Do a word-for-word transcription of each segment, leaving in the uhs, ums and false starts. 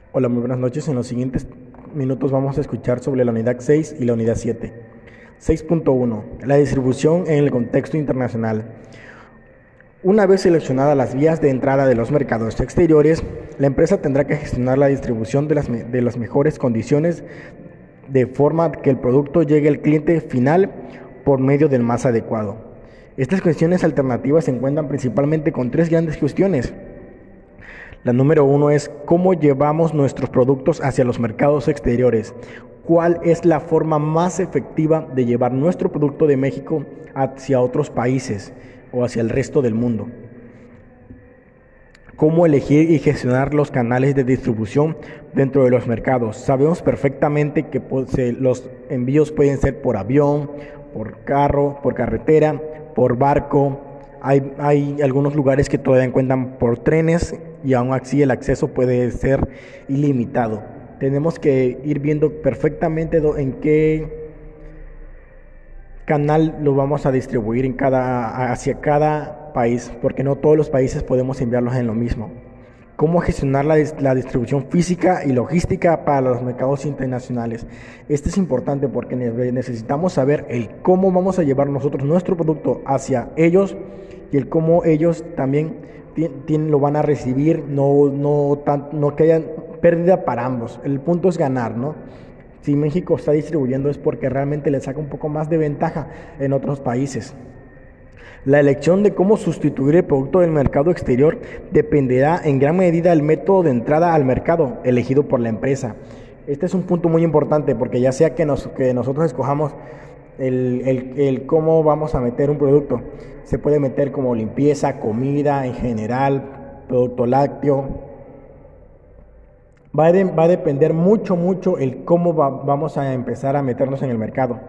Hola, muy buenas noches. En los siguientes minutos vamos a escuchar sobre la unidad seis y la unidad siete. seis punto uno. La distribución en el contexto internacional. Una vez seleccionadas las vías de entrada de los mercados exteriores, la empresa tendrá que gestionar la distribución de las, de las mejores condiciones de forma que el producto llegue al cliente final por medio del más adecuado. Estas cuestiones alternativas se encuentran principalmente con tres grandes cuestiones. La número uno es cómo llevamos nuestros productos hacia los mercados exteriores. ¿Cuál es la forma más efectiva de llevar nuestro producto de México hacia otros países o hacia el resto del mundo? ¿Cómo elegir y gestionar los canales de distribución dentro de los mercados? Sabemos perfectamente que los envíos pueden ser por avión, por carro, por carretera, por barco. Hay, hay algunos lugares que todavía cuentan por trenes y aún así el acceso puede ser ilimitado. Tenemos que ir viendo perfectamente en qué canal lo vamos a distribuir en cada, hacia cada país, porque no todos los países podemos enviarlos en lo mismo. Cómo gestionar la, la distribución física y logística para los mercados internacionales. Esto es importante porque necesitamos saber el cómo vamos a llevar nosotros nuestro producto hacia ellos y el cómo ellos también tienen, lo van a recibir, no, no, tan, no que haya pérdida para ambos. El punto es ganar, ¿no? Si México está distribuyendo es porque realmente le saca un poco más de ventaja en otros países. La elección de cómo sustituir el producto del mercado exterior dependerá en gran medida del método de entrada al mercado elegido por la empresa. Este es un punto muy importante porque ya sea que, nos, que nosotros escojamos el, el, el cómo vamos a meter un producto, se puede meter como limpieza, comida en general, producto lácteo. Va a, de, va a depender mucho, mucho el cómo va, vamos a empezar a meternos en el mercado.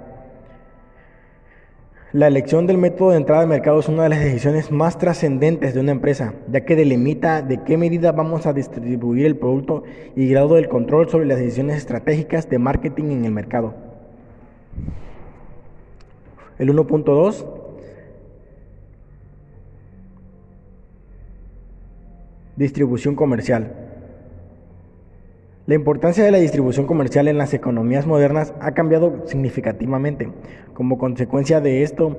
La elección del método de entrada al mercado es una de las decisiones más trascendentes de una empresa, ya que delimita de qué medida vamos a distribuir el producto y grado del control sobre las decisiones estratégicas de marketing en el mercado. El uno punto dos. Distribución comercial. La importancia de la distribución comercial en las economías modernas ha cambiado significativamente. Como consecuencia de esto,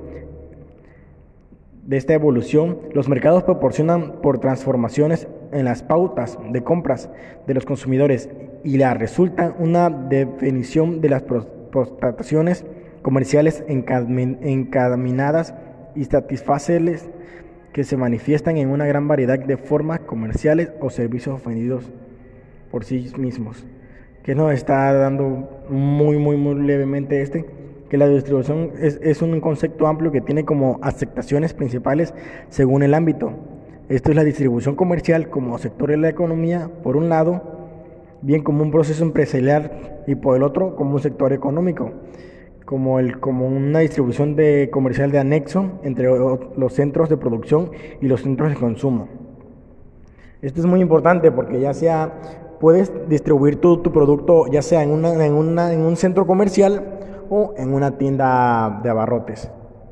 de esta evolución, los mercados proporcionan por transformaciones en las pautas de compras de los consumidores y la resulta una definición de las prestaciones comerciales encaminadas y satisfacerles que se manifiestan en una gran variedad de formas comerciales o servicios vendidos por sí mismos. Que nos está dando muy, muy, muy levemente este, que la distribución es, es un concepto amplio que tiene como aceptaciones principales según el ámbito. Esto es la distribución comercial como sector de la economía, por un lado, bien como un proceso empresarial y por el otro como un sector económico, como, el, como una distribución de comercial de anexo entre los centros de producción y los centros de consumo. Esto es muy importante porque ya sea puedes distribuir tu, tu producto ya sea en, una, en, una, en un centro comercial o en una tienda de abarrotes.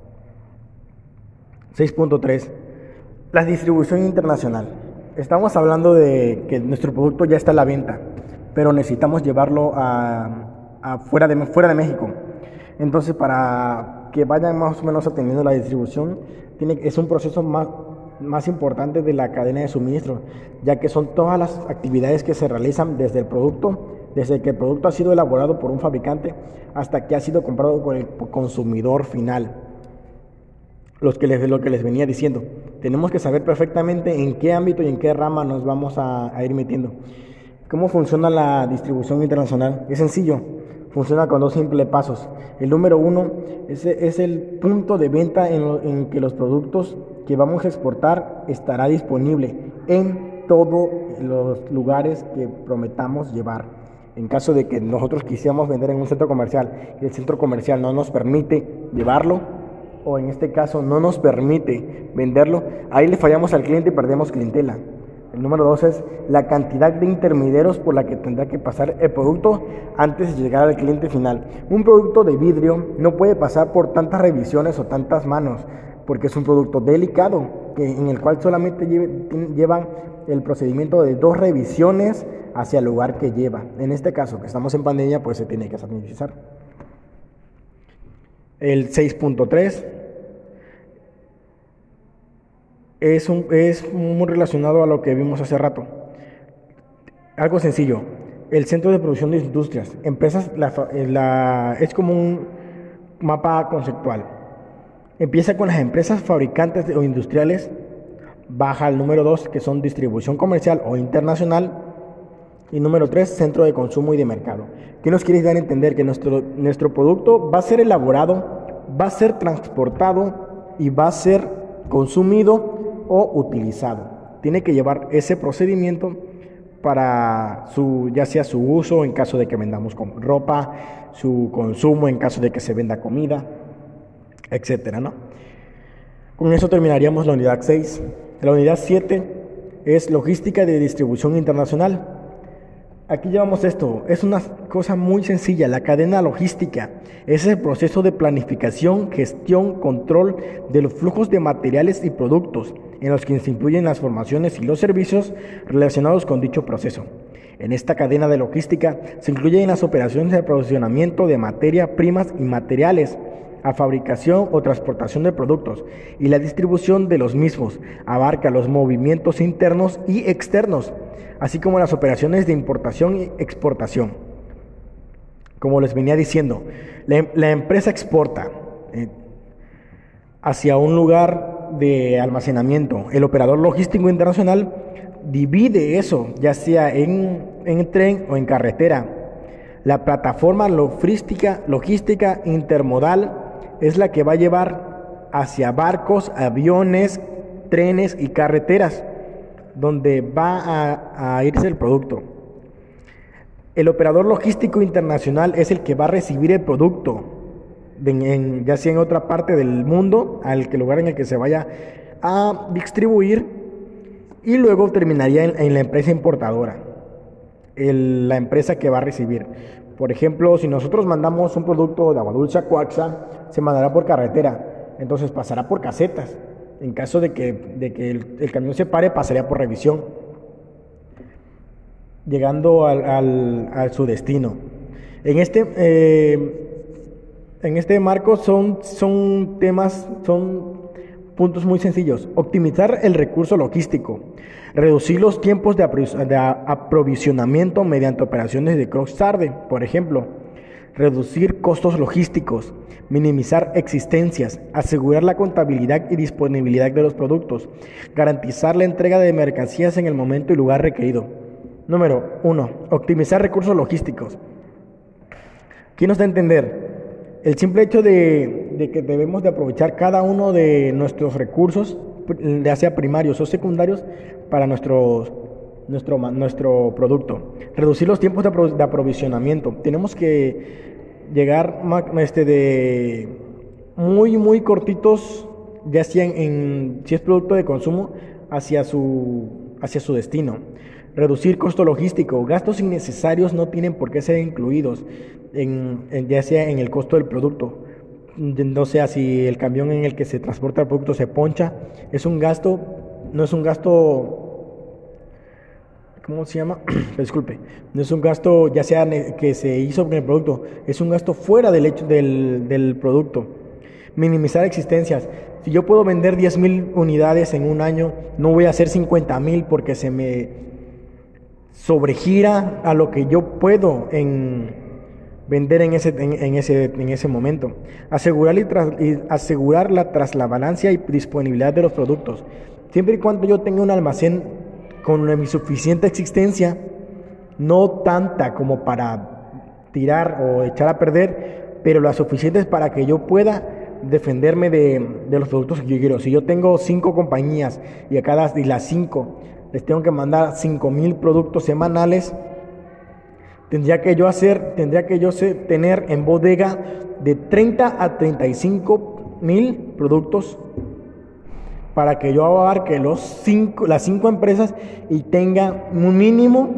seis punto tres. La distribución internacional. Estamos hablando de que nuestro producto ya está a la venta, pero necesitamos llevarlo a, a fuera, de, fuera de México. Entonces, para que vayan más o menos atendiendo la distribución, tiene, es un proceso más más importante de la cadena de suministro, ya que son todas las actividades que se realizan desde el producto, desde que el producto ha sido elaborado por un fabricante hasta que ha sido comprado por el consumidor final. Los que les, lo que les venía diciendo, tenemos que saber perfectamente en qué ámbito y en qué rama nos vamos a, a ir metiendo. ¿Cómo funciona la distribución internacional? Es sencillo. Funciona con dos simples pasos. El número uno es, es el punto de venta en, lo, en que los productos que vamos a exportar estará disponible en todos los lugares que prometamos llevar. En caso de que nosotros quisiéramos vender en un centro comercial y el centro comercial no nos permite llevarlo, o en este caso no nos permite venderlo, ahí le fallamos al cliente y perdemos clientela. El número dos es la cantidad de intermediarios por la que tendrá que pasar el producto antes de llegar al cliente final. Un producto de vidrio no puede pasar por tantas revisiones o tantas manos, porque es un producto delicado, que, en el cual solamente lleve, llevan el procedimiento de dos revisiones hacia el lugar que lleva. En este caso, que estamos en pandemia, pues se tiene que sanitizar. El seis punto tres es, un, es muy relacionado a lo que vimos hace rato. Algo sencillo. El centro de producción de industrias. Empresas, la, la, es como un mapa conceptual. Empieza con las empresas fabricantes o industriales. Baja al número dos, que son distribución comercial o internacional. Y número tres, centro de consumo y de mercado. ¿Qué nos quiere dar a entender? Que nuestro, nuestro producto va a ser elaborado, va a ser transportado y va a ser consumido o utilizado. Tiene que llevar ese procedimiento para su, ya sea su uso en caso de que vendamos con ropa, su consumo en caso de que se venda comida, etcétera, ¿no? Con eso terminaríamos la unidad seis. La unidad siete es logística de distribución internacional. Aquí llevamos esto, es una cosa muy sencilla, la cadena logística. Es el proceso de planificación, gestión, control de los flujos de materiales y productos, en los que se incluyen las formaciones y los servicios relacionados con dicho proceso. En esta cadena de logística se incluyen las operaciones de aprovisionamiento de materia, primas y materiales, a fabricación o transportación de productos, y la distribución de los mismos. Abarca los movimientos internos y externos, así como las operaciones de importación y exportación. Como les venía diciendo, la, la empresa exporta eh, hacia un lugar de almacenamiento. El operador logístico internacional divide eso, ya sea en, en tren o en carretera. La plataforma logística, logística intermodal es la que va a llevar hacia barcos, aviones, trenes y carreteras, donde va a, a irse el producto. El operador logístico internacional es el que va a recibir el producto, de, en, ya sea en otra parte del mundo, al que lugar en el que se vaya a distribuir, y luego terminaría en, en la empresa importadora, el, la empresa que va a recibir. Por ejemplo, si nosotros mandamos un producto de agua dulce a Coaxa, se mandará por carretera, entonces pasará por casetas. En caso de que, de que el, el camión se pare, pasaría por revisión, llegando al, al, a su destino. En este, eh, en este marco son, son temas, son puntos muy sencillos. Optimizar el recurso logístico, reducir los tiempos de, apro- de aprovisionamiento mediante operaciones de cross-tarde, por ejemplo, reducir costos logísticos, minimizar existencias, asegurar la contabilidad y disponibilidad de los productos, garantizar la entrega de mercancías en el momento y lugar requerido. Número uno. Optimizar recursos logísticos. ¿Quién nos da a entender? El simple hecho de, de que debemos de aprovechar cada uno de nuestros recursos, ya sea primarios o secundarios, para nuestros, nuestro, nuestro producto. Reducir los tiempos de, apro- de aprovisionamiento. Tenemos que llegar este, de muy, muy cortitos, ya sea en, en, si es producto de consumo, hacia su, hacia su destino. Reducir costo logístico. Gastos innecesarios no tienen por qué ser incluidos, en, en, ya sea en el costo del producto. No sea si el camión en el que se transporta el producto se poncha, es un gasto, no es un gasto, ¿cómo se llama? Disculpe, no es un gasto ya sea que se hizo con el producto, es un gasto fuera del hecho del, del producto. Minimizar existencias. Si yo puedo vender diez mil unidades en un año, no voy a hacer cincuenta mil porque se me sobregira a lo que yo puedo en vender en ese, en, en ese, en ese momento. Asegurar, y tras, y asegurar la traslavancia y disponibilidad de los productos. Siempre y cuando yo tenga un almacén con mi suficiente existencia, no tanta como para tirar o echar a perder, pero las suficientes para que yo pueda defenderme de, de los productos que yo quiero. Si yo tengo cinco compañías y a cada de las cinco les tengo que mandar cinco mil productos semanales, tendría que yo hacer, tendría que yo ser, tener en bodega de treinta a treinta y cinco mil productos para que yo abarque los cinco, las cinco empresas y tenga un mínimo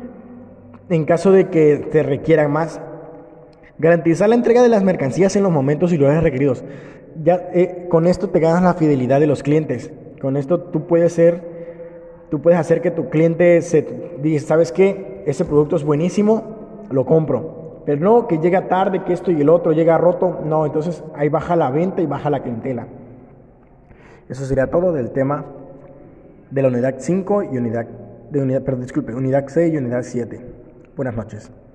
en caso de que se requieran más. Garantizar la entrega de las mercancías en los momentos y lugares requeridos. Ya, eh, con esto te ganas la fidelidad de los clientes. Con esto tú puedes ser, tú puedes hacer que tu cliente se diga, ¿sabes qué? ese producto es buenísimo, lo compro. Pero no, que llega tarde, que esto y el otro, llega roto, no, entonces ahí baja la venta y baja la clientela. Eso sería todo del tema de la unidad cinco y unidad, de unidad, perdón, disculpe, unidad seis y unidad siete. Buenas noches.